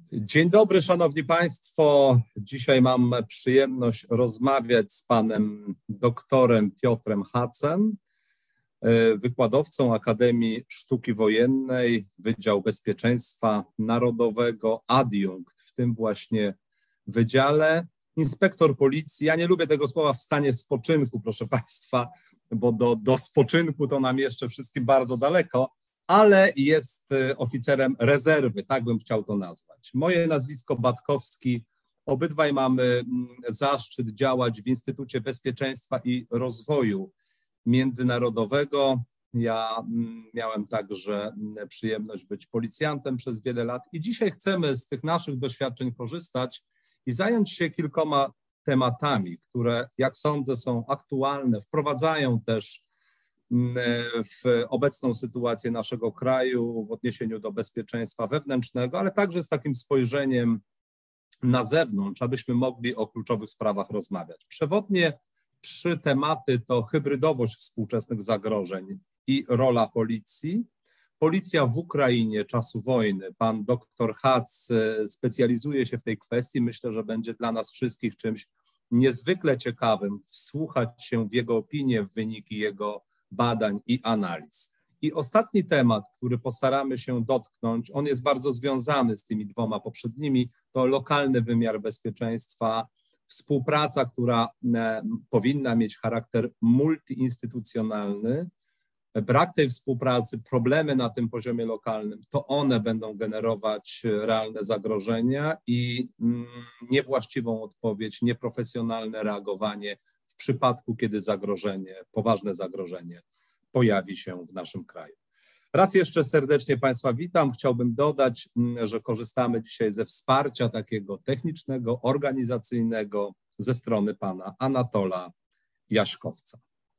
Dzień dobry, Szanowni Państwo. Dzisiaj mam przyjemność rozmawiać z panem doktorem Piotrem Hacem, wykładowcą Akademii Sztuki Wojennej, Wydział Bezpieczeństwa Narodowego, adiunkt w tym właśnie wydziale, inspektor policji. Ja nie lubię tego słowa w stanie spoczynku, proszę Państwa, bo do spoczynku to nam jeszcze wszystkim bardzo daleko, ale jest oficerem rezerwy, tak bym chciał to nazwać. Moje nazwisko Batkowski, obydwaj mamy zaszczyt działać w Instytucie Bezpieczeństwa i Rozwoju Międzynarodowego. Ja miałem także przyjemność być policjantem przez wiele lat i dzisiaj chcemy z tych naszych doświadczeń korzystać i zająć się kilkoma tematami, które, jak sądzę, są aktualne, wprowadzają też w obecną sytuację naszego kraju w odniesieniu do bezpieczeństwa wewnętrznego, ale także z takim spojrzeniem na zewnątrz, abyśmy mogli o kluczowych sprawach rozmawiać. Przewodnie trzy tematy to hybrydowość współczesnych zagrożeń i rola policji. Policja w Ukrainie czasu wojny. Pan doktor Hac specjalizuje się w tej kwestii. Myślę, że będzie dla nas wszystkich czymś niezwykle ciekawym wsłuchać się w jego opinię, w wyniki jego badań i analiz. I ostatni temat, który postaramy się dotknąć, on jest bardzo związany z tymi dwoma poprzednimi, to lokalny wymiar bezpieczeństwa, współpraca, która powinna mieć charakter multiinstytucjonalny. Brak tej współpracy, problemy na tym poziomie lokalnym, to one będą generować realne zagrożenia i niewłaściwą odpowiedź, nieprofesjonalne reagowanie w przypadku, kiedy zagrożenie, poważne zagrożenie pojawi się w naszym kraju. Raz jeszcze serdecznie Państwa witam. Chciałbym dodać, że korzystamy dzisiaj ze wsparcia takiego technicznego, organizacyjnego ze strony pana Anatola Jaśkowca.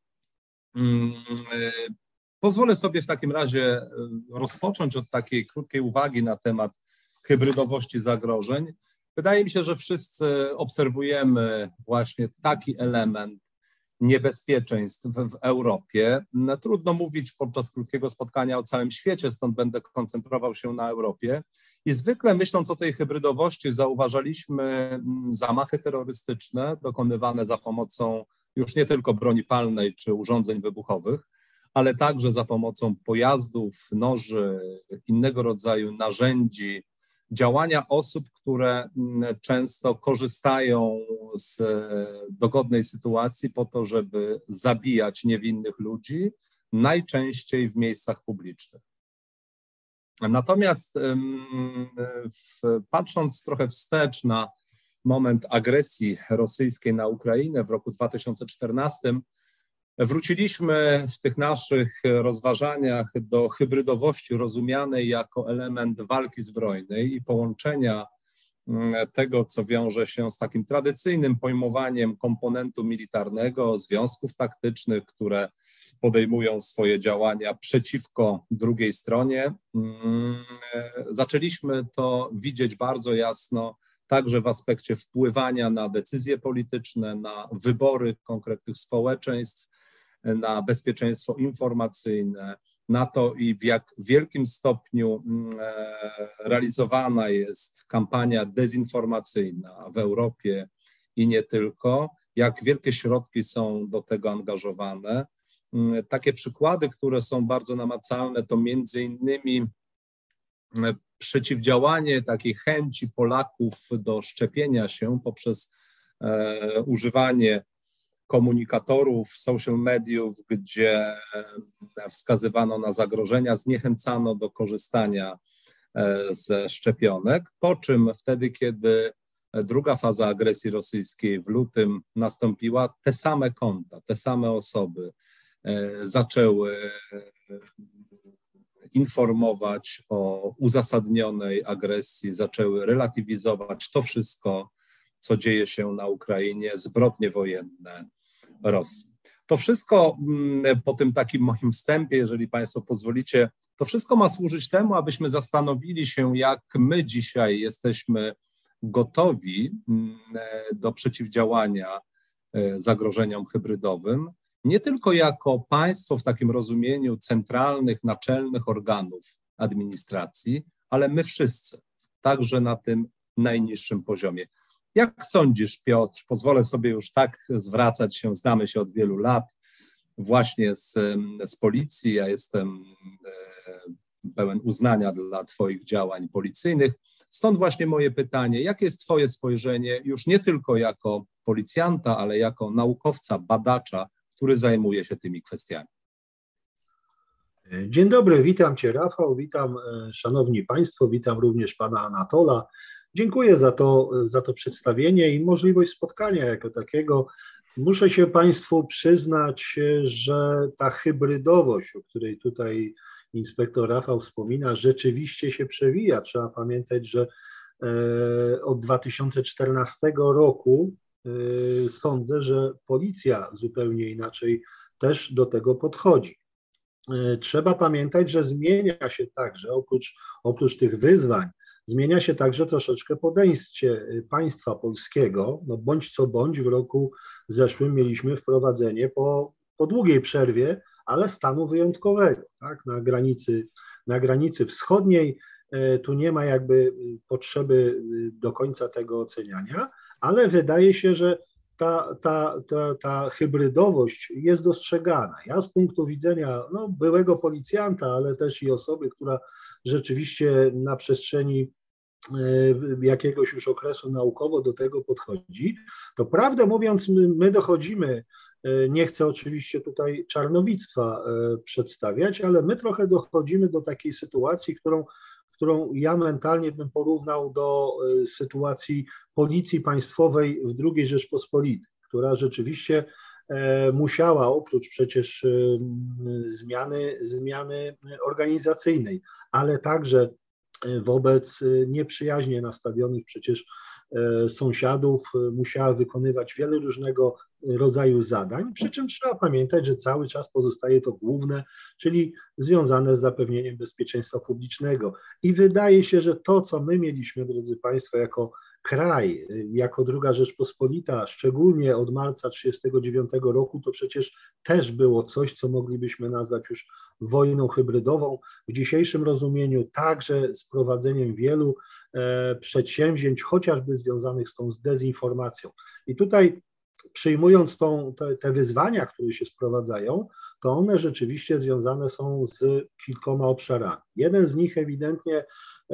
Pozwolę sobie w takim razie rozpocząć od takiej krótkiej uwagi na temat hybrydowości zagrożeń. Wydaje mi się, że wszyscy obserwujemy właśnie taki element niebezpieczeństw w Europie. Trudno mówić podczas krótkiego spotkania o całym świecie, stąd będę koncentrował się na Europie. I zwykle myśląc o tej hybrydowości zauważaliśmy zamachy terrorystyczne dokonywane za pomocą już nie tylko broni palnej czy urządzeń wybuchowych, ale także za pomocą pojazdów, noży, innego rodzaju narzędzi, działania osób, które często korzystają z dogodnej sytuacji po to, żeby zabijać niewinnych ludzi, najczęściej w miejscach publicznych. Natomiast patrząc trochę wstecz na moment agresji rosyjskiej na Ukrainę w roku 2014, wróciliśmy w tych naszych rozważaniach do hybrydowości rozumianej jako element walki zbrojnej i połączenia tego, co wiąże się z takim tradycyjnym pojmowaniem komponentu militarnego, związków taktycznych, które podejmują swoje działania przeciwko drugiej stronie. Zaczęliśmy to widzieć bardzo jasno także w aspekcie wpływania na decyzje polityczne, na wybory konkretnych społeczeństw, na bezpieczeństwo informacyjne, na to i w jak wielkim stopniu realizowana jest kampania dezinformacyjna w Europie i nie tylko, jak wielkie środki są do tego angażowane. Takie przykłady, które są bardzo namacalne, to między innymi przeciwdziałanie takiej chęci Polaków do szczepienia się poprzez używanie komunikatorów, social mediów, gdzie wskazywano na zagrożenia, zniechęcano do korzystania ze szczepionek, po czym wtedy, kiedy druga faza agresji rosyjskiej w lutym nastąpiła, te same konta, te same osoby zaczęły informować o uzasadnionej agresji, zaczęły relatywizować to wszystko, co dzieje się na Ukrainie, zbrodnie wojenne Rosji. To wszystko po tym takim moim wstępie, jeżeli Państwo pozwolicie, to wszystko ma służyć temu, abyśmy zastanowili się, jak my dzisiaj jesteśmy gotowi do przeciwdziałania zagrożeniom hybrydowym, nie tylko jako państwo w takim rozumieniu centralnych, naczelnych organów administracji, ale my wszyscy. także na tym najniższym poziomie. Jak sądzisz, Piotr, pozwolę sobie już tak zwracać się, znamy się od wielu lat, właśnie z policji, ja jestem pełen uznania dla Twoich działań policyjnych. Stąd właśnie moje pytanie, jakie jest Twoje spojrzenie już nie tylko jako policjanta, ale jako naukowca, badacza, który zajmuje się tymi kwestiami? Dzień dobry, witam Cię, Rafał, witam szanowni Państwo, witam również Pana Anatola. Dziękuję za to przedstawienie i możliwość spotkania jako takiego. Muszę się Państwu przyznać, że ta hybrydowość, o której tutaj inspektor Rafał wspomina, rzeczywiście się przewija. Trzeba pamiętać, że od 2014 roku sądzę, że policja zupełnie inaczej też do tego podchodzi. Trzeba pamiętać, że zmienia się także, oprócz tych wyzwań, zmienia się także troszeczkę podejście państwa polskiego. No bądź co bądź, w roku zeszłym mieliśmy wprowadzenie po długiej przerwie, ale stanu wyjątkowego, tak, na granicy wschodniej. Tu nie ma jakby potrzeby do końca tego oceniania, ale wydaje się, że ta hybrydowość jest dostrzegana. Ja z punktu widzenia byłego policjanta, ale też i osoby, która rzeczywiście na przestrzeni jakiegoś już okresu naukowo do tego podchodzi, to prawdę mówiąc my dochodzimy, nie chcę oczywiście tutaj czarnowictwa przedstawiać, ale my trochę dochodzimy do takiej sytuacji, którą ja mentalnie bym porównał do sytuacji Policji Państwowej w II Rzeczpospolitej, która rzeczywiście musiała oprócz przecież zmiany organizacyjnej, ale także wobec nieprzyjaźnie nastawionych przecież sąsiadów musiała wykonywać wiele różnego rodzaju zadań, przy czym trzeba pamiętać, że cały czas pozostaje to główne, czyli związane z zapewnieniem bezpieczeństwa publicznego. I wydaje się, że to, co my mieliśmy, drodzy Państwo, jako kraj, jako II Rzeczpospolita, szczególnie od marca 1939 roku, to przecież też było coś, co moglibyśmy nazwać już wojną hybrydową. W dzisiejszym rozumieniu także z prowadzeniem wielu przedsięwzięć, chociażby związanych z tą dezinformacją. I tutaj przyjmując te wyzwania, które się sprowadzają, to one rzeczywiście związane są z kilkoma obszarami. Jeden z nich ewidentnie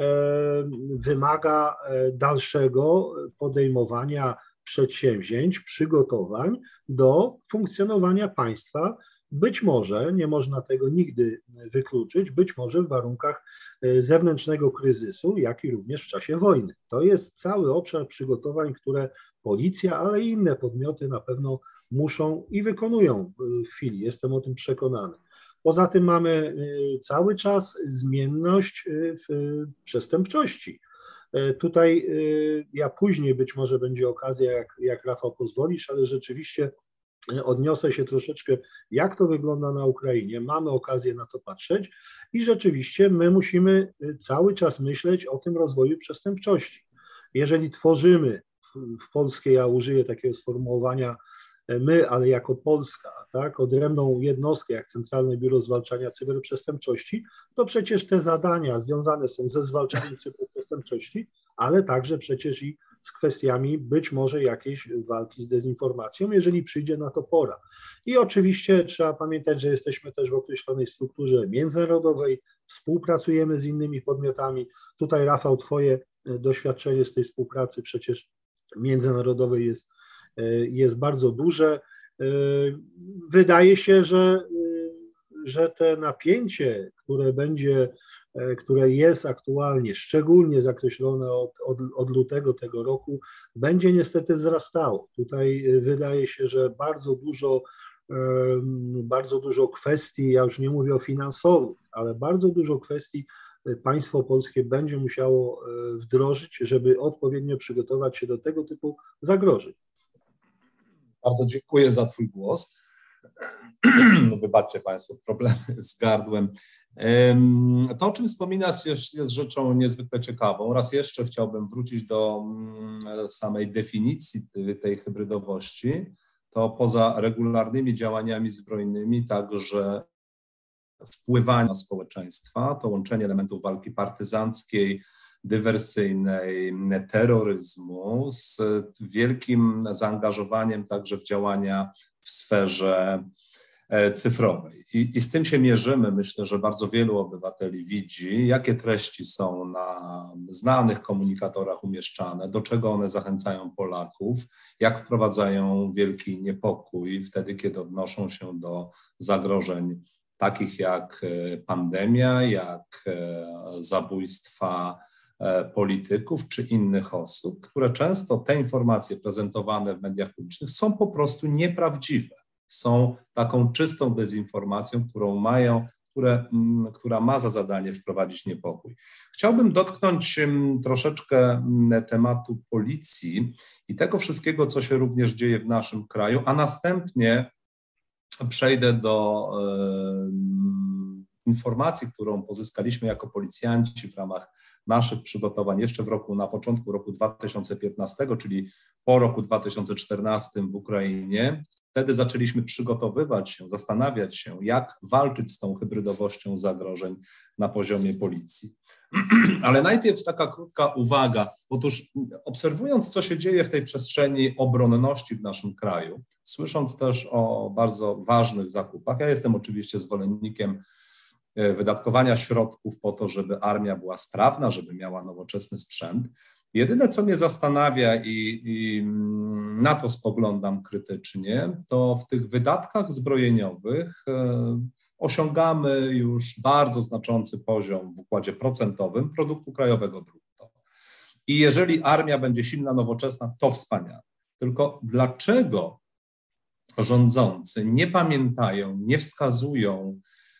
wymaga dalszego podejmowania przedsięwzięć, przygotowań do funkcjonowania państwa. Być może, nie można tego nigdy wykluczyć, być może w warunkach zewnętrznego kryzysu, jak i również w czasie wojny. To jest cały obszar przygotowań, które policja, ale i inne podmioty na pewno muszą i wykonują w chwili, jestem o tym przekonany. Poza tym mamy cały czas zmienność w przestępczości. Tutaj ja później być może będzie okazja, jak Rafał pozwolisz, ale rzeczywiście odniosę się troszeczkę, jak to wygląda na Ukrainie. Mamy okazję na to patrzeć i rzeczywiście my musimy cały czas myśleć o tym rozwoju przestępczości. Jeżeli tworzymy w Polsce, ja użyję takiego sformułowania my, ale jako Polska, tak, odrębną jednostkę jak Centralne Biuro Zwalczania Cyberprzestępczości, to przecież te zadania związane są ze zwalczaniem cyberprzestępczości, ale także przecież i z kwestiami być może jakiejś walki z dezinformacją, jeżeli przyjdzie na to pora. I oczywiście trzeba pamiętać, że jesteśmy też w określonej strukturze międzynarodowej, współpracujemy z innymi podmiotami. Tutaj, Rafał, Twoje doświadczenie z tej współpracy przecież międzynarodowej jest bardzo duże. Wydaje się, że te napięcie, które jest aktualnie, szczególnie zakreślone od lutego tego roku, będzie niestety wzrastało. Tutaj wydaje się, że bardzo dużo kwestii, ja już nie mówię o finansowych, ale bardzo dużo kwestii państwo polskie będzie musiało wdrożyć, żeby odpowiednio przygotować się do tego typu zagrożeń. Bardzo dziękuję za Twój głos. Wybaczcie Państwo, problemy z gardłem. To, o czym wspominasz, jest rzeczą niezwykle ciekawą. Raz jeszcze chciałbym wrócić do samej definicji tej hybrydowości. To poza regularnymi działaniami zbrojnymi także wpływanie na społeczeństwa, to łączenie elementów walki partyzanckiej dywersyjnej, terroryzmu, z wielkim zaangażowaniem także w działania w sferze cyfrowej. I z tym się mierzymy. Myślę, że bardzo wielu obywateli widzi, jakie treści są na znanych komunikatorach umieszczane, do czego one zachęcają Polaków, jak wprowadzają wielki niepokój wtedy, kiedy odnoszą się do zagrożeń takich jak pandemia, jak zabójstwa polityków czy innych osób, które często te informacje prezentowane w mediach publicznych są po prostu nieprawdziwe. Są taką czystą dezinformacją, która ma za zadanie wprowadzić niepokój. Chciałbym dotknąć troszeczkę tematu policji i tego wszystkiego, co się również dzieje w naszym kraju, a następnie przejdę do informacji, którą pozyskaliśmy jako policjanci w ramach naszych przygotowań jeszcze na początku roku 2015, czyli po roku 2014 w Ukrainie. Wtedy zaczęliśmy przygotowywać się, zastanawiać się, jak walczyć z tą hybrydowością zagrożeń na poziomie policji. Ale najpierw taka krótka uwaga. Otóż obserwując, co się dzieje w tej przestrzeni obronności w naszym kraju, słysząc też o bardzo ważnych zakupach, ja jestem oczywiście zwolennikiem wydatkowania środków po to, żeby armia była sprawna, żeby miała nowoczesny sprzęt. Jedyne, co mnie zastanawia i na to spoglądam krytycznie, to w tych wydatkach zbrojeniowych osiągamy już bardzo znaczący poziom w układzie procentowym produktu krajowego brutto. I jeżeli armia będzie silna, nowoczesna, to wspaniale. Tylko dlaczego rządzący nie pamiętają, nie wskazują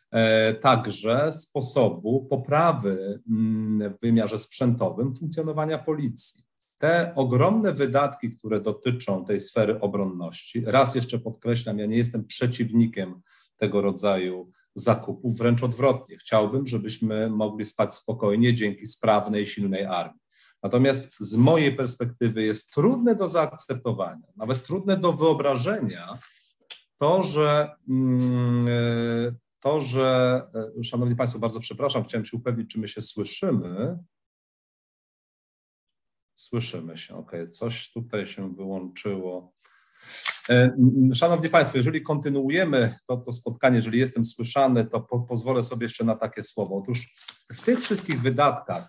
także sposobu poprawy w wymiarze sprzętowym funkcjonowania policji? Te ogromne wydatki, które dotyczą tej sfery obronności, raz jeszcze podkreślam, ja nie jestem przeciwnikiem tego rodzaju zakupów, wręcz odwrotnie. Chciałbym, żebyśmy mogli spać spokojnie dzięki sprawnej, silnej armii. Natomiast z mojej perspektywy jest trudne do zaakceptowania, nawet trudne do wyobrażenia to, że, szanowni państwo, bardzo przepraszam, chciałem się upewnić, czy my się słyszymy. Słyszymy się, okej, coś tutaj się wyłączyło. Szanowni państwo, jeżeli kontynuujemy to spotkanie, jeżeli jestem słyszany, to pozwolę sobie jeszcze na takie słowo. Otóż w tych wszystkich wydatkach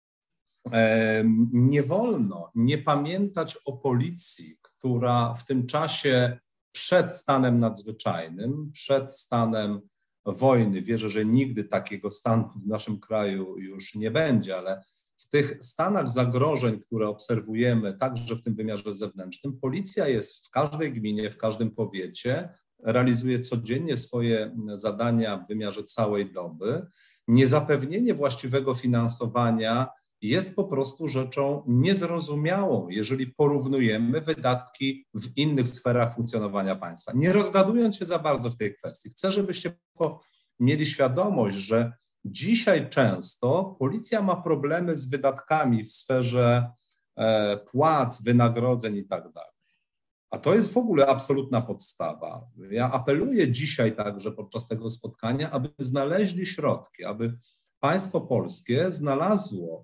nie wolno nie pamiętać o policji, która w tym czasie przed stanem nadzwyczajnym, przed stanem wojny, wierzę, że nigdy takiego stanu w naszym kraju już nie będzie, ale w tych stanach zagrożeń, które obserwujemy, także w tym wymiarze zewnętrznym, policja jest w każdej gminie, w każdym powiecie, realizuje codziennie swoje zadania w wymiarze całej doby. Niezapewnienie właściwego finansowania jest po prostu rzeczą niezrozumiałą, jeżeli porównujemy wydatki w innych sferach funkcjonowania państwa. Nie rozgadując się za bardzo w tej kwestii, chcę, żebyście mieli świadomość, że dzisiaj często policja ma problemy z wydatkami w sferze płac, wynagrodzeń i tak dalej. A to jest w ogóle absolutna podstawa. Ja apeluję dzisiaj także podczas tego spotkania, aby znaleźli środki, aby państwo polskie znalazło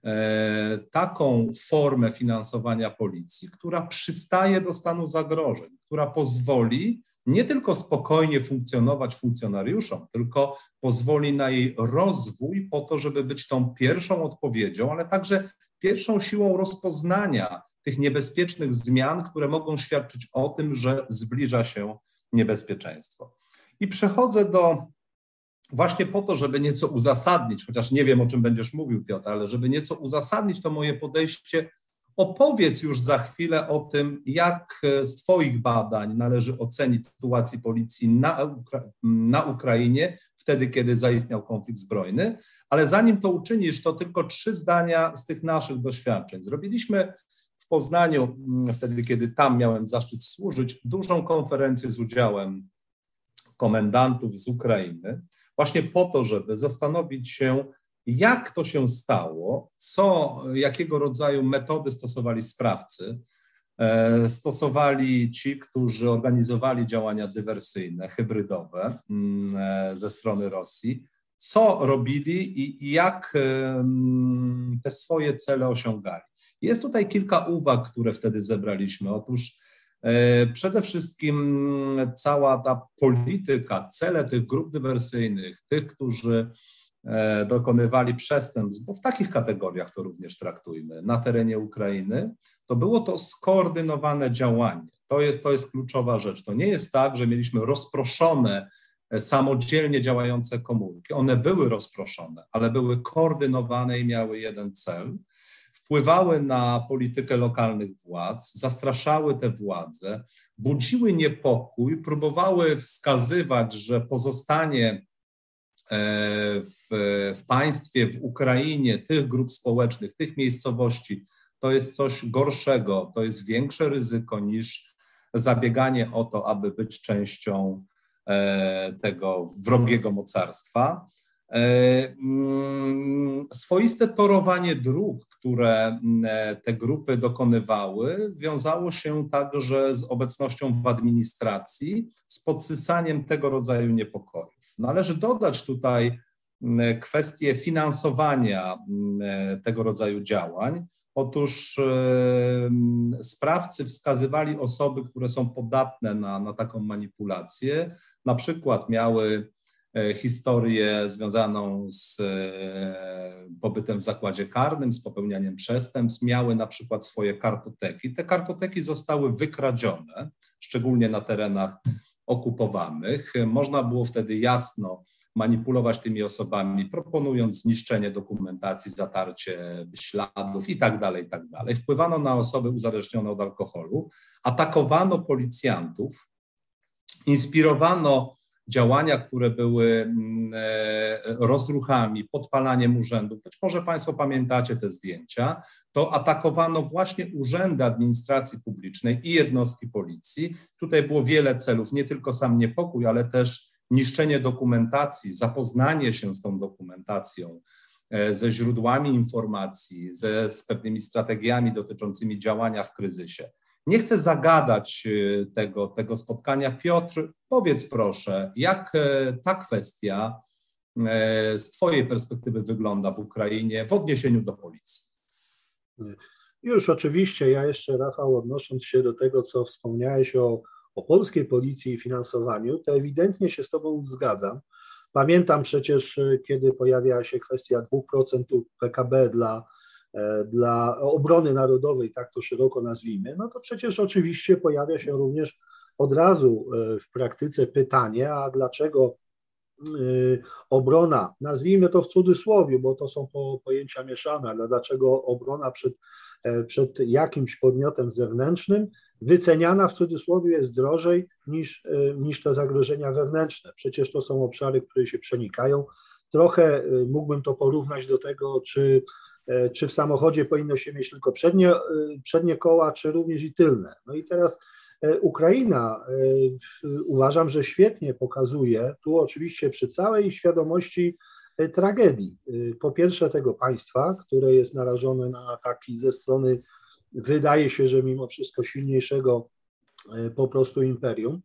taką formę finansowania policji, która przystaje do stanu zagrożeń, która pozwoli nie tylko spokojnie funkcjonować funkcjonariuszom, tylko pozwoli na jej rozwój po to, żeby być tą pierwszą odpowiedzią, ale także pierwszą siłą rozpoznania tych niebezpiecznych zmian, które mogą świadczyć o tym, że zbliża się niebezpieczeństwo. I przechodzę właśnie po to, żeby nieco uzasadnić, chociaż nie wiem, o czym będziesz mówił, Piotr, ale żeby nieco uzasadnić to moje podejście, opowiedz już za chwilę o tym, jak z Twoich badań należy ocenić sytuację policji na Ukrainie, wtedy, kiedy zaistniał konflikt zbrojny, ale zanim to uczynisz, to tylko 3 zdania z tych naszych doświadczeń. Zrobiliśmy w Poznaniu, wtedy, kiedy tam miałem zaszczyt służyć, dużą konferencję z udziałem komendantów z Ukrainy, właśnie po to, żeby zastanowić się, jak to się stało, jakiego rodzaju metody stosowali sprawcy, stosowali ci, którzy organizowali działania dywersyjne, hybrydowe ze strony Rosji, co robili i jak te swoje cele osiągali. Jest tutaj kilka uwag, które wtedy zebraliśmy. Otóż przede wszystkim cała ta polityka, cele tych grup dywersyjnych, tych, którzy dokonywali przestępstw, bo w takich kategoriach to również traktujmy, na terenie Ukrainy, to było to skoordynowane działanie. To jest kluczowa rzecz. To nie jest tak, że mieliśmy rozproszone, samodzielnie działające komórki. One były rozproszone, ale były koordynowane i miały jeden cel. Wpływały na politykę lokalnych władz, zastraszały te władze, budziły niepokój, próbowały wskazywać, że pozostanie w państwie, w Ukrainie tych grup społecznych, tych miejscowości, to jest coś gorszego, to jest większe ryzyko niż zabieganie o to, aby być częścią tego wrogiego mocarstwa. Swoiste torowanie dróg, które te grupy dokonywały, wiązało się także z obecnością w administracji, z podsysaniem tego rodzaju niepokojów. Należy dodać tutaj kwestię finansowania tego rodzaju działań. Otóż sprawcy wskazywali osoby, które są podatne na taką manipulację, na przykład miały historię związaną z pobytem w zakładzie karnym, z popełnianiem przestępstw, miały na przykład swoje kartoteki. Te kartoteki zostały wykradzione, szczególnie na terenach okupowanych. Można było wtedy jasno manipulować tymi osobami, proponując zniszczenie dokumentacji, zatarcie śladów i tak dalej, i tak dalej. Wpływano na osoby uzależnione od alkoholu, atakowano policjantów, inspirowano działania, które były rozruchami, podpalaniem urzędów. Być może Państwo pamiętacie te zdjęcia. To atakowano właśnie urzędy administracji publicznej i jednostki policji. Tutaj było wiele celów, nie tylko sam niepokój, ale też niszczenie dokumentacji, zapoznanie się z tą dokumentacją, ze źródłami informacji, z pewnymi strategiami dotyczącymi działania w kryzysie. Nie chcę zagadać tego spotkania. Piotr, powiedz proszę, jak ta kwestia z Twojej perspektywy wygląda w Ukrainie w odniesieniu do policji? Już oczywiście, ja jeszcze, Rafał, odnosząc się do tego, co wspomniałeś o polskiej policji i finansowaniu, to ewidentnie się z Tobą zgadzam. Pamiętam przecież, kiedy pojawiała się kwestia 2% PKB dla obrony narodowej, tak to szeroko nazwijmy, no to przecież oczywiście pojawia się również od razu w praktyce pytanie, a dlaczego obrona, nazwijmy to w cudzysłowie, bo to są pojęcia mieszane, ale dlaczego obrona przed jakimś podmiotem zewnętrznym wyceniana w cudzysłowie jest drożej niż te zagrożenia wewnętrzne. Przecież to są obszary, które się przenikają. Trochę mógłbym to porównać do tego, czy w samochodzie powinno się mieć tylko przednie koła, czy również i tylne. No i teraz Ukraina uważam, że świetnie pokazuje, tu oczywiście przy całej świadomości tragedii, po pierwsze tego państwa, które jest narażone na ataki ze strony, wydaje się, że mimo wszystko silniejszego po prostu imperium,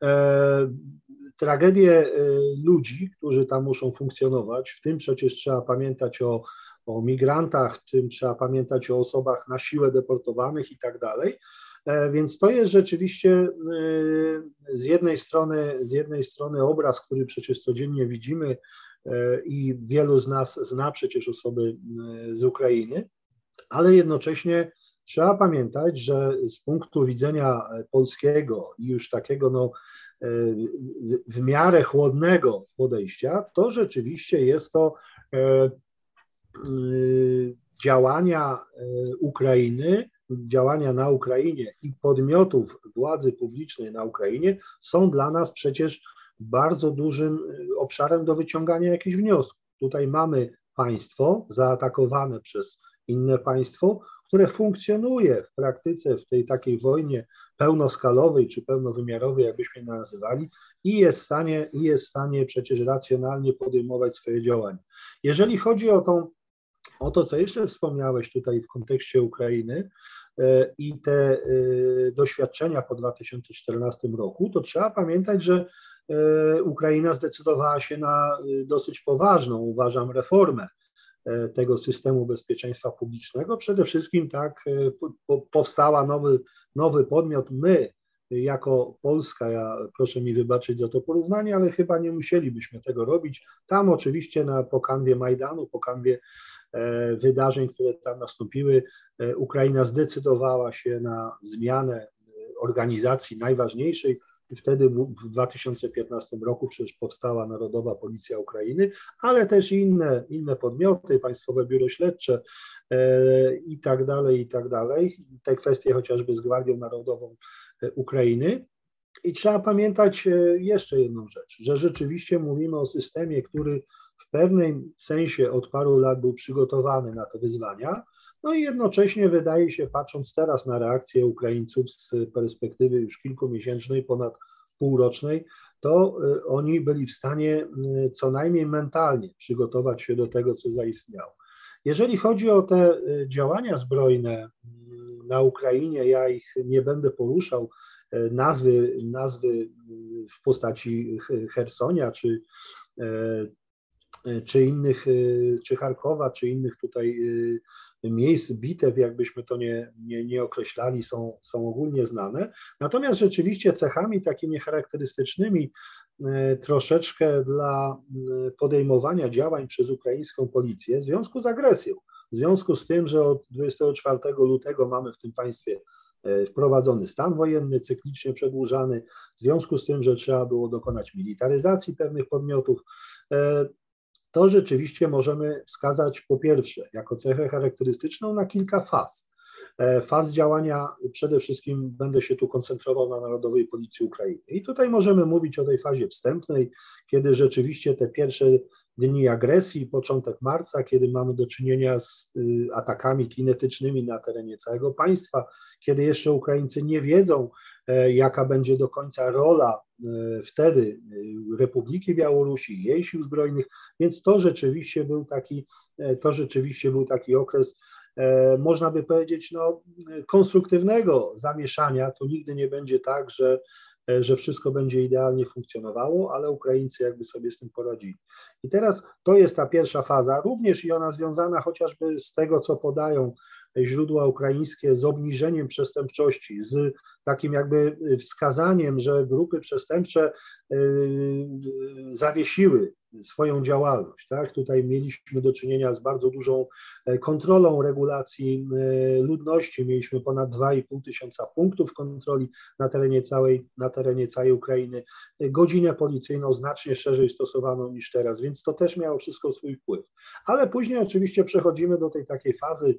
tragedię ludzi, którzy tam muszą funkcjonować, w tym przecież trzeba pamiętać o migrantach, w tym trzeba pamiętać o osobach na siłę deportowanych i tak dalej. Więc to jest rzeczywiście z jednej strony obraz, który przecież codziennie widzimy i wielu z nas zna przecież osoby z Ukrainy, ale jednocześnie trzeba pamiętać, że z punktu widzenia polskiego i już takiego w miarę chłodnego podejścia, to rzeczywiście jest to działania Ukrainy, działania na Ukrainie i podmiotów władzy publicznej na Ukrainie są dla nas przecież bardzo dużym obszarem do wyciągania jakichś wniosków. Tutaj mamy państwo zaatakowane przez inne państwo, które funkcjonuje w praktyce w tej takiej wojnie pełnoskalowej czy pełnowymiarowej, jakbyśmy je nazywali, i jest w stanie przecież racjonalnie podejmować swoje działania. Jeżeli chodzi o tą O to, co jeszcze wspomniałeś tutaj w kontekście Ukrainy i te doświadczenia po 2014 roku, to trzeba pamiętać, że Ukraina zdecydowała się na dosyć poważną, uważam, reformę tego systemu bezpieczeństwa publicznego. Przede wszystkim tak powstała nowy podmiot. My, jako Polska, proszę mi wybaczyć za to porównanie, ale chyba nie musielibyśmy tego robić. Tam oczywiście po kanwie Majdanu, po kanwie wydarzeń, które tam nastąpiły, Ukraina zdecydowała się na zmianę organizacji najważniejszej. Wtedy w 2015 roku przecież powstała Narodowa Policja Ukrainy, ale też inne podmioty, Państwowe Biuro Śledcze i tak dalej, i tak dalej. Te kwestie chociażby z Gwardią Narodową Ukrainy. I trzeba pamiętać jeszcze jedną rzecz, że rzeczywiście mówimy o systemie, który w pewnym sensie od paru lat był przygotowany na te wyzwania, no i jednocześnie wydaje się, patrząc teraz na reakcję Ukraińców z perspektywy już kilkumiesięcznej, ponad półrocznej, to oni byli w stanie co najmniej mentalnie przygotować się do tego, co zaistniało. Jeżeli chodzi o te działania zbrojne na Ukrainie, ja ich nie będę poruszał, nazwy w postaci Chersonia, czy innych, czy Charkowa, czy innych tutaj miejsc, bitew, jakbyśmy to nie określali, są ogólnie znane. Natomiast rzeczywiście cechami takimi charakterystycznymi troszeczkę dla podejmowania działań przez ukraińską policję w związku z agresją, w związku z tym, że od 24 lutego mamy w tym państwie wprowadzony stan wojenny, cyklicznie przedłużany, w związku z tym, że trzeba było dokonać militaryzacji pewnych podmiotów, to rzeczywiście możemy wskazać po pierwsze jako cechę charakterystyczną na kilka faz. Faz działania przede wszystkim będę się tu koncentrował na Narodowej Policji Ukrainy. I tutaj możemy mówić o tej fazie wstępnej, kiedy rzeczywiście te pierwsze dni agresji, początek marca, kiedy mamy do czynienia z atakami kinetycznymi na terenie całego państwa, kiedy jeszcze Ukraińcy nie wiedzą, jaka będzie do końca rola wtedy Republiki Białorusi, jej sił zbrojnych, więc to rzeczywiście był taki okres, można by powiedzieć, konstruktywnego zamieszania. To nigdy nie będzie tak, że wszystko będzie idealnie funkcjonowało, ale Ukraińcy jakby sobie z tym poradzili. I teraz to jest ta pierwsza faza, również i ona związana chociażby z tego, co podają źródła ukraińskie, z obniżeniem przestępczości, z takim jakby wskazaniem, że grupy przestępcze zawiesiły swoją działalność. Tak? Tutaj mieliśmy do czynienia z bardzo dużą kontrolą regulacji ludności. Mieliśmy ponad 2,5 tysiąca punktów kontroli na terenie całej Ukrainy. Godzinę policyjną znacznie szerzej stosowaną niż teraz, więc to też miało wszystko swój wpływ. Ale później oczywiście przechodzimy do tej takiej fazy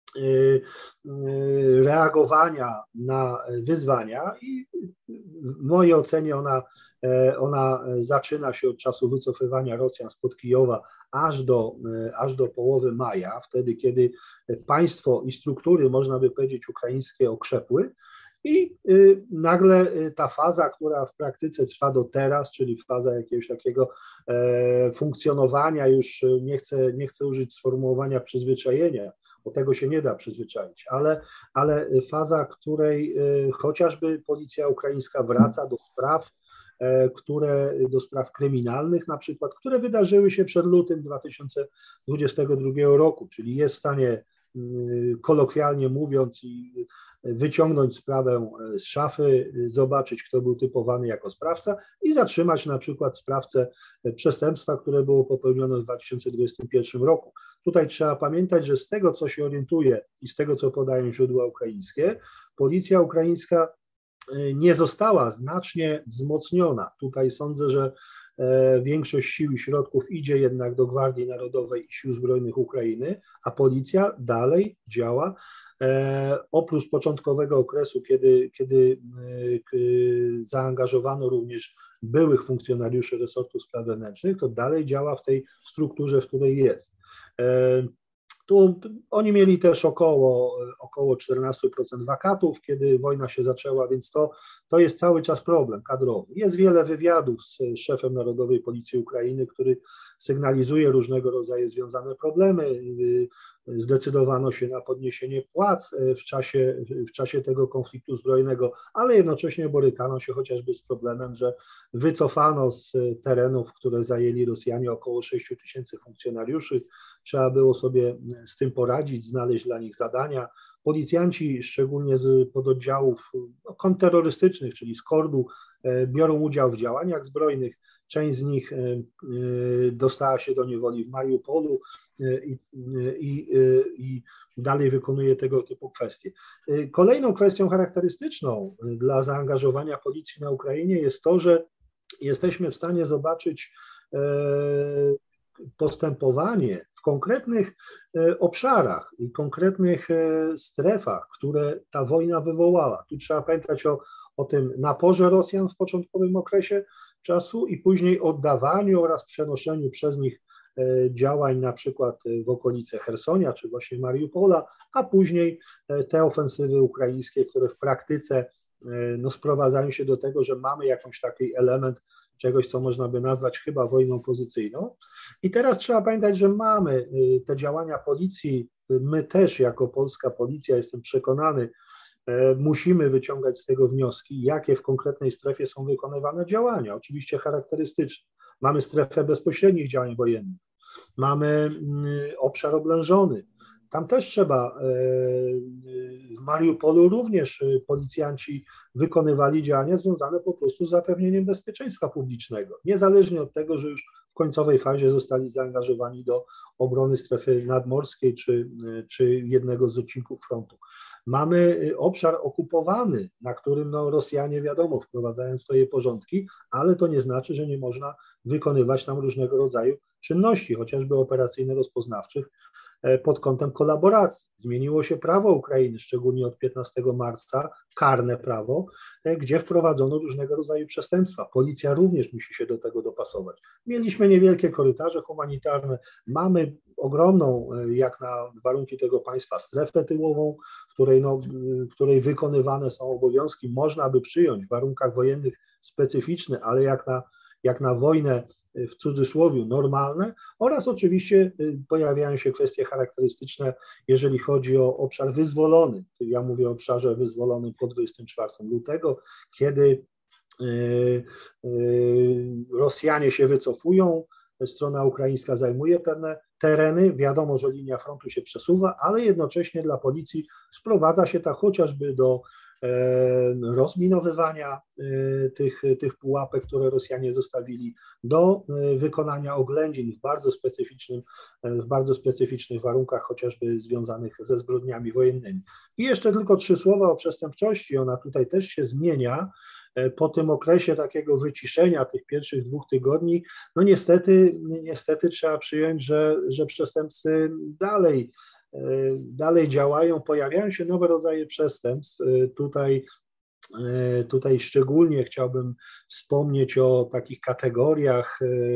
reagowania na wyzwania i w mojej ocenie ona zaczyna się od czasu wycofywania Rosjan spod Kijowa aż do połowy maja, wtedy kiedy państwo i struktury, można by powiedzieć, ukraińskie okrzepły. I nagle ta faza, która w praktyce trwa do teraz, czyli faza jakiegoś takiego funkcjonowania, już nie chcę użyć sformułowania przyzwyczajenia, bo tego się nie da przyzwyczaić, ale faza, której chociażby policja ukraińska wraca do spraw kryminalnych na przykład, które wydarzyły się przed lutym 2022 roku, czyli jest w stanie, kolokwialnie mówiąc, i wyciągnąć sprawę z szafy, zobaczyć, kto był typowany jako sprawca i zatrzymać na przykład sprawcę przestępstwa, które było popełnione w 2021 roku. Tutaj trzeba pamiętać, że z tego, co się orientuje i z tego, co podają źródła ukraińskie, policja ukraińska nie została znacznie wzmocniona. Tutaj sądzę, że większość sił i środków idzie jednak do Gwardii Narodowej i Sił Zbrojnych Ukrainy, a policja dalej działa. Oprócz początkowego okresu, kiedy zaangażowano również byłych funkcjonariuszy resortu spraw wewnętrznych, to dalej działa w tej strukturze, w której jest. Oni mieli też około 14% wakatów, kiedy wojna się zaczęła, więc to jest cały czas problem kadrowy. Jest wiele wywiadów z szefem Narodowej Policji Ukrainy, który sygnalizuje różnego rodzaju związane problemy. Zdecydowano się na podniesienie płac w czasie tego konfliktu zbrojnego, ale jednocześnie borykano się chociażby z problemem, że wycofano z terenów, które zajęli Rosjanie, około 6 000 funkcjonariuszy. Trzeba było sobie z tym poradzić, znaleźć dla nich zadania. Policjanci, szczególnie z pododdziałów kontrterrorystycznych, czyli z KORD-u, biorą udział w działaniach zbrojnych. Część z nich dostała się do niewoli w Mariupolu i dalej wykonuje tego typu kwestie. Kolejną kwestią charakterystyczną dla zaangażowania policji na Ukrainie jest to, że jesteśmy w stanie zobaczyć postępowanie w konkretnych obszarach i konkretnych strefach, które ta wojna wywołała. Tu trzeba pamiętać o tym naporze Rosjan w początkowym okresie czasu i później oddawaniu oraz przenoszeniu przez nich działań na przykład w okolice Chersonia czy właśnie Mariupola, a później te ofensywy ukraińskie, które w praktyce sprowadzają się do tego, że mamy jakiś taki element czegoś, co można by nazwać chyba wojną pozycyjną. I teraz trzeba pamiętać, że mamy te działania policji, my też jako polska policja, jestem przekonany, musimy wyciągać z tego wnioski, jakie w konkretnej strefie są wykonywane działania, oczywiście charakterystyczne. Mamy strefę bezpośrednich działań wojennych, mamy obszar oblężony. Tam też trzeba, w Mariupolu również policjanci wykonywali działania związane po prostu z zapewnieniem bezpieczeństwa publicznego, niezależnie od tego, że już w końcowej fazie zostali zaangażowani do obrony strefy nadmorskiej czy jednego z odcinków frontu. Mamy obszar okupowany, na którym Rosjanie, wiadomo, wprowadzają swoje porządki, ale to nie znaczy, że nie można wykonywać tam różnego rodzaju czynności, chociażby operacyjno-rozpoznawczych, pod kątem kolaboracji. Zmieniło się prawo Ukrainy, szczególnie od 15 marca, karne prawo, gdzie wprowadzono różnego rodzaju przestępstwa. Policja również musi się do tego dopasować. Mieliśmy niewielkie korytarze humanitarne, mamy ogromną, jak na warunki tego państwa, strefę tyłową, w której wykonywane są obowiązki, można by przyjąć w warunkach wojennych specyficzne, ale jak na wojnę w cudzysłowie normalne, oraz oczywiście pojawiają się kwestie charakterystyczne, jeżeli chodzi o obszar wyzwolony. Ja mówię o obszarze wyzwolonym po 24 lutego, kiedy Rosjanie się wycofują, strona ukraińska zajmuje pewne tereny, wiadomo, że linia frontu się przesuwa, ale jednocześnie dla policji sprowadza się to chociażby do rozminowywania tych pułapek, które Rosjanie zostawili, do wykonania oględzin w bardzo specyficznych warunkach, chociażby związanych ze zbrodniami wojennymi. I jeszcze tylko 3 słowa o przestępczości. Ona tutaj też się zmienia. Po tym okresie takiego wyciszenia tych pierwszych 2 tygodni, niestety trzeba przyjąć, że przestępcy dalej działają, pojawiają się nowe rodzaje przestępstw. Tutaj szczególnie chciałbym wspomnieć o takich kategoriach,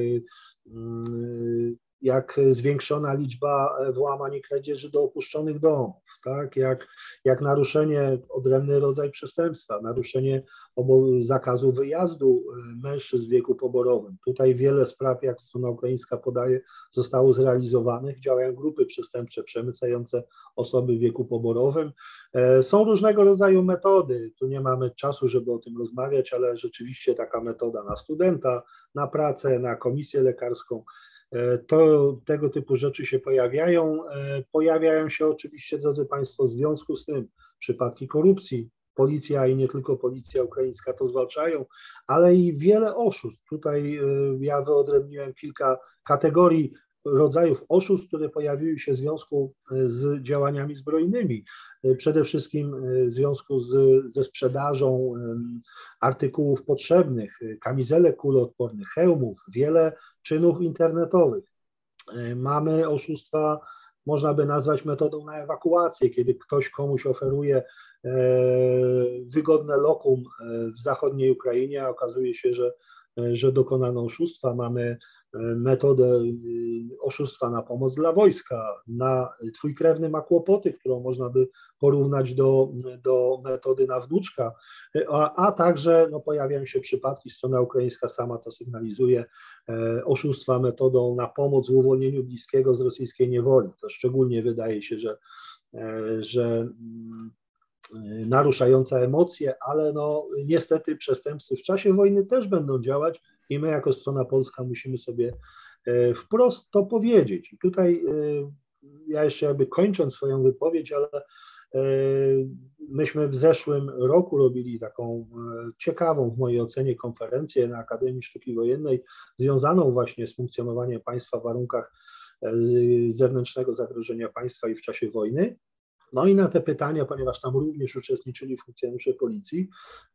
jak zwiększona liczba włamań i kradzieży do opuszczonych domów, tak? Jak naruszenie, odrębny rodzaj przestępstwa, naruszenie zakazu wyjazdu mężczyzn w wieku poborowym. Tutaj wiele spraw, jak strona ukraińska podaje, zostało zrealizowanych. Działają grupy przestępcze przemycające osoby w wieku poborowym. Są różnego rodzaju metody. Tu nie mamy czasu, żeby o tym rozmawiać, ale rzeczywiście taka metoda na studenta, na pracę, na komisję lekarską. Tego typu rzeczy się pojawiają. Pojawiają się oczywiście, drodzy Państwo, w związku z tym przypadki korupcji. Policja i nie tylko policja ukraińska to zwalczają, ale i wiele oszustw. Tutaj ja wyodrębniłem kilka kategorii rodzajów oszustw, które pojawiły się w związku z działaniami zbrojnymi. Przede wszystkim w związku ze sprzedażą artykułów potrzebnych, kamizelek kuloodpornych, hełmów, wiele czynów internetowych. Mamy oszustwa, można by nazwać metodą na ewakuację, kiedy ktoś komuś oferuje wygodne lokum w zachodniej Ukrainie, a okazuje się, że dokonano oszustwa. Mamy metodę oszustwa na pomoc dla wojska, na twój krewny ma kłopoty, którą można by porównać do metody na wnuczka, a także pojawiają się przypadki, strona ukraińska sama to sygnalizuje, oszustwa metodą na pomoc w uwolnieniu bliskiego z rosyjskiej niewoli. To szczególnie wydaje się, że naruszająca emocje, ale niestety przestępcy w czasie wojny też będą działać i my jako strona polska musimy sobie wprost to powiedzieć. I tutaj ja jeszcze jakby kończąc swoją wypowiedź, ale myśmy w zeszłym roku robili taką ciekawą w mojej ocenie konferencję na Akademii Sztuki Wojennej związaną właśnie z funkcjonowaniem państwa w warunkach zewnętrznego zagrożenia państwa i w czasie wojny. No i na te pytania, ponieważ tam również uczestniczyli funkcjonariusze policji,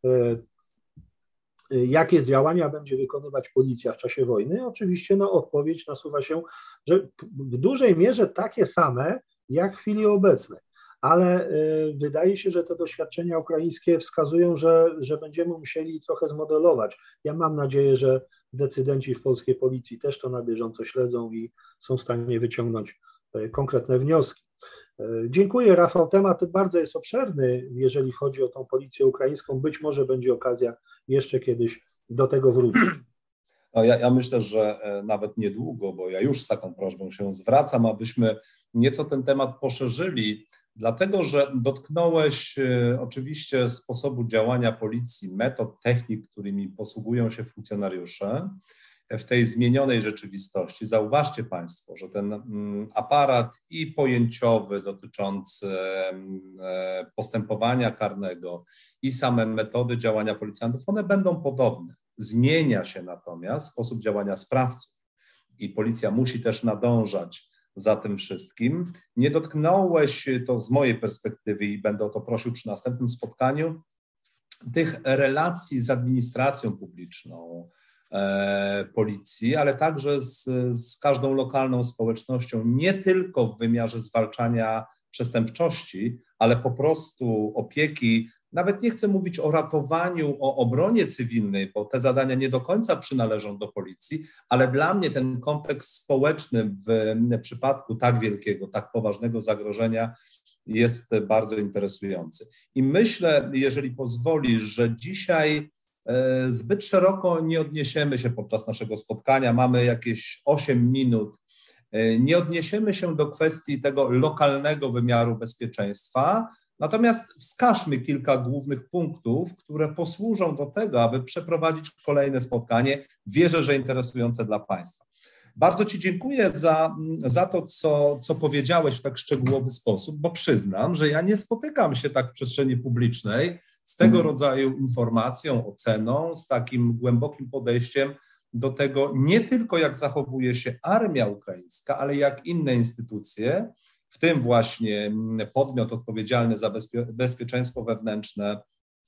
jakie działania będzie wykonywać policja w czasie wojny? Oczywiście odpowiedź nasuwa się, że w dużej mierze takie same jak w chwili obecnej, ale wydaje się, że te doświadczenia ukraińskie wskazują, że będziemy musieli trochę zmodelować. Ja mam nadzieję, że decydenci w polskiej policji też to na bieżąco śledzą i są w stanie wyciągnąć konkretne wnioski. Dziękuję, Rafał. Temat bardzo jest obszerny, jeżeli chodzi o tą policję ukraińską. Być może będzie okazja jeszcze kiedyś do tego wrócić. No ja myślę, że nawet niedługo, bo ja już z taką prośbą się zwracam, abyśmy nieco ten temat poszerzyli, dlatego że dotknąłeś oczywiście sposobu działania policji, metod, technik, którymi posługują się funkcjonariusze w tej zmienionej rzeczywistości. Zauważcie Państwo, że ten aparat i pojęciowy dotyczący postępowania karnego i same metody działania policjantów, one będą podobne. Zmienia się natomiast sposób działania sprawców i policja musi też nadążać za tym wszystkim. Nie dotknąłeś, to z mojej perspektywy i będę o to prosił przy następnym spotkaniu, tych relacji z administracją publiczną, policji, ale także z każdą lokalną społecznością, nie tylko w wymiarze zwalczania przestępczości, ale po prostu opieki. Nawet nie chcę mówić o ratowaniu, o obronie cywilnej, bo te zadania nie do końca przynależą do policji, ale dla mnie ten kontekst społeczny w przypadku tak wielkiego, tak poważnego zagrożenia jest bardzo interesujący. I myślę, jeżeli pozwolisz, że dzisiaj zbyt szeroko nie odniesiemy się podczas naszego spotkania, mamy jakieś 8 minut, nie odniesiemy się do kwestii tego lokalnego wymiaru bezpieczeństwa, natomiast wskażmy kilka głównych punktów, które posłużą do tego, aby przeprowadzić kolejne spotkanie, wierzę, że interesujące dla Państwa. Bardzo Ci dziękuję za to, co powiedziałeś w tak szczegółowy sposób, bo przyznam, że ja nie spotykam się tak w przestrzeni publicznej z tego rodzaju informacją, oceną, z takim głębokim podejściem do tego, nie tylko jak zachowuje się armia ukraińska, ale jak inne instytucje, w tym właśnie podmiot odpowiedzialny za bezpieczeństwo wewnętrzne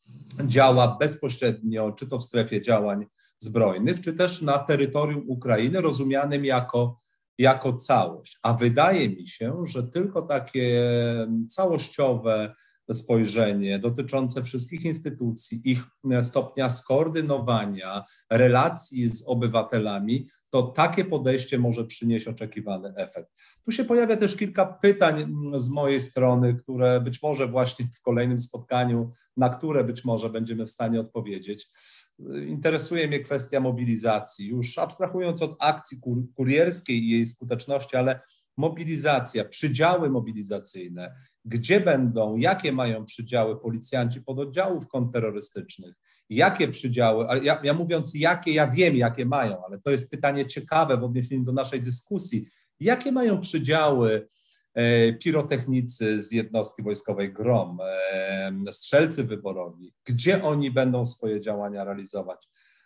działa bezpośrednio, czy to w strefie działań zbrojnych, czy też na terytorium Ukrainy rozumianym jako całość. A wydaje mi się, że tylko takie całościowe spojrzenie dotyczące wszystkich instytucji, ich stopnia skoordynowania, relacji z obywatelami, to takie podejście może przynieść oczekiwany efekt. Tu się pojawia też kilka pytań z mojej strony, które być może właśnie w kolejnym spotkaniu, na które być może będziemy w stanie odpowiedzieć. Interesuje mnie kwestia mobilizacji, już abstrahując od akcji kurierskiej i jej skuteczności, ale mobilizacja, przydziały mobilizacyjne, gdzie będą, jakie mają przydziały policjanci pododdziałów kontrterrorystycznych, jakie przydziały, ja mówiąc jakie, ja wiem jakie mają, ale to jest pytanie ciekawe w odniesieniu do naszej dyskusji, jakie mają przydziały pirotechnicy z jednostki wojskowej GROM, strzelcy wyborowi, gdzie oni będą swoje działania realizować.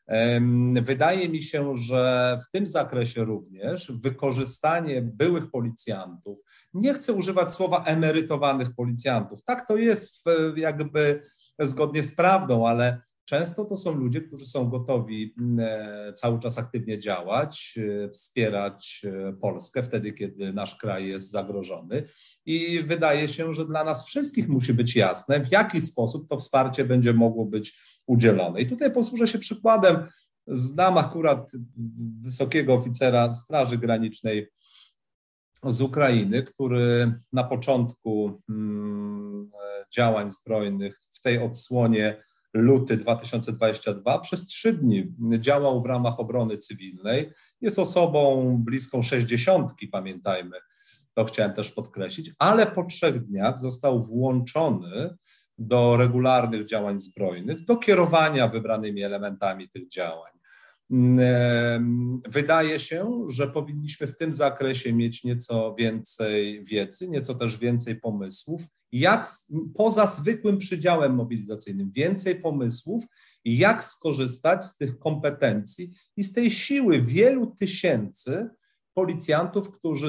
Wydaje mi się, że w tym zakresie również wykorzystanie byłych policjantów, nie chcę używać słowa emerytowanych policjantów, tak to jest jakby zgodnie z prawdą, ale często to są ludzie, którzy są gotowi cały czas aktywnie działać, wspierać Polskę wtedy, kiedy nasz kraj jest zagrożony i wydaje się, że dla nas wszystkich musi być jasne, w jaki sposób to wsparcie będzie mogło być udzielone. I tutaj posłużę się przykładem Znam akurat wysokiego oficera Straży Granicznej z Ukrainy, który na początku działań zbrojnych w tej odsłonie luty 2022 przez 3 dni działał w ramach obrony cywilnej. Jest osobą bliską 60, pamiętajmy, to chciałem też podkreślić, ale po 3 dniach został włączony do regularnych działań zbrojnych, do kierowania wybranymi elementami tych działań. Wydaje się, że powinniśmy w tym zakresie mieć nieco więcej wiedzy, nieco też więcej pomysłów, jak poza zwykłym przydziałem mobilizacyjnym, więcej pomysłów, jak skorzystać z tych kompetencji i z tej siły wielu tysięcy policjantów, którzy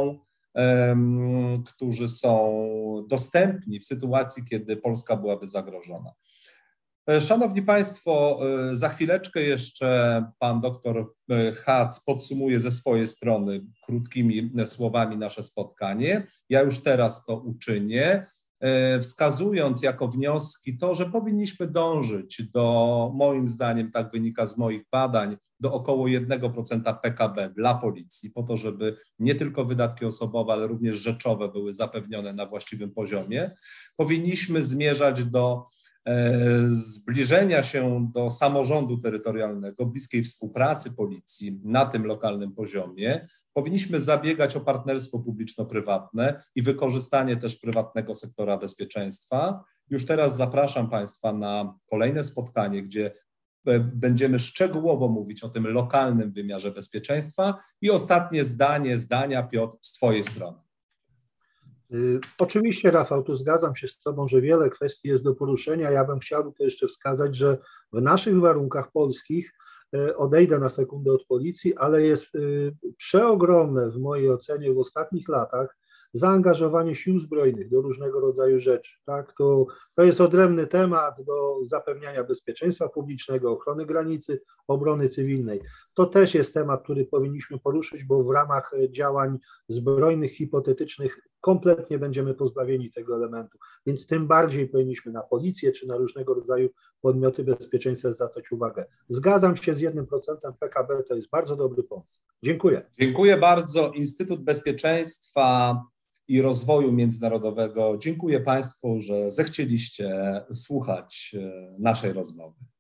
są dostępni w sytuacji, kiedy Polska byłaby zagrożona. Szanowni Państwo, za chwileczkę jeszcze pan doktor Hac podsumuje ze swojej strony krótkimi słowami nasze spotkanie. Ja już teraz to uczynię, wskazując jako wnioski to, że powinniśmy dążyć do, moim zdaniem, tak wynika z moich badań, do około 1% PKB dla policji, po to, żeby nie tylko wydatki osobowe, ale również rzeczowe były zapewnione na właściwym poziomie. Powinniśmy zmierzać do zbliżenia się do samorządu terytorialnego, bliskiej współpracy policji na tym lokalnym poziomie. Powinniśmy zabiegać o partnerstwo publiczno-prywatne i wykorzystanie też prywatnego sektora bezpieczeństwa. Już teraz zapraszam Państwa na kolejne spotkanie, gdzie będziemy szczegółowo mówić o tym lokalnym wymiarze bezpieczeństwa. I ostatnie zdania, Piotr, z Twojej strony. Oczywiście, Rafał, tu zgadzam się z Tobą, że wiele kwestii jest do poruszenia. Ja bym chciał tylko jeszcze wskazać, że w naszych warunkach polskich, odejdę na sekundę od policji, ale jest przeogromne w mojej ocenie w ostatnich latach zaangażowanie sił zbrojnych do różnego rodzaju rzeczy. Tak? To jest odrębny temat do zapewniania bezpieczeństwa publicznego, ochrony granicy, obrony cywilnej. To też jest temat, który powinniśmy poruszyć, bo w ramach działań zbrojnych, hipotetycznych kompletnie będziemy pozbawieni tego elementu, więc tym bardziej powinniśmy na policję czy na różnego rodzaju podmioty bezpieczeństwa zwracać uwagę. Zgadzam się z 1% PKB, to jest bardzo dobry pomysł. Dziękuję. Dziękuję bardzo. Instytut Bezpieczeństwa i Rozwoju Międzynarodowego. Dziękuję Państwu, że zechcieliście słuchać naszej rozmowy.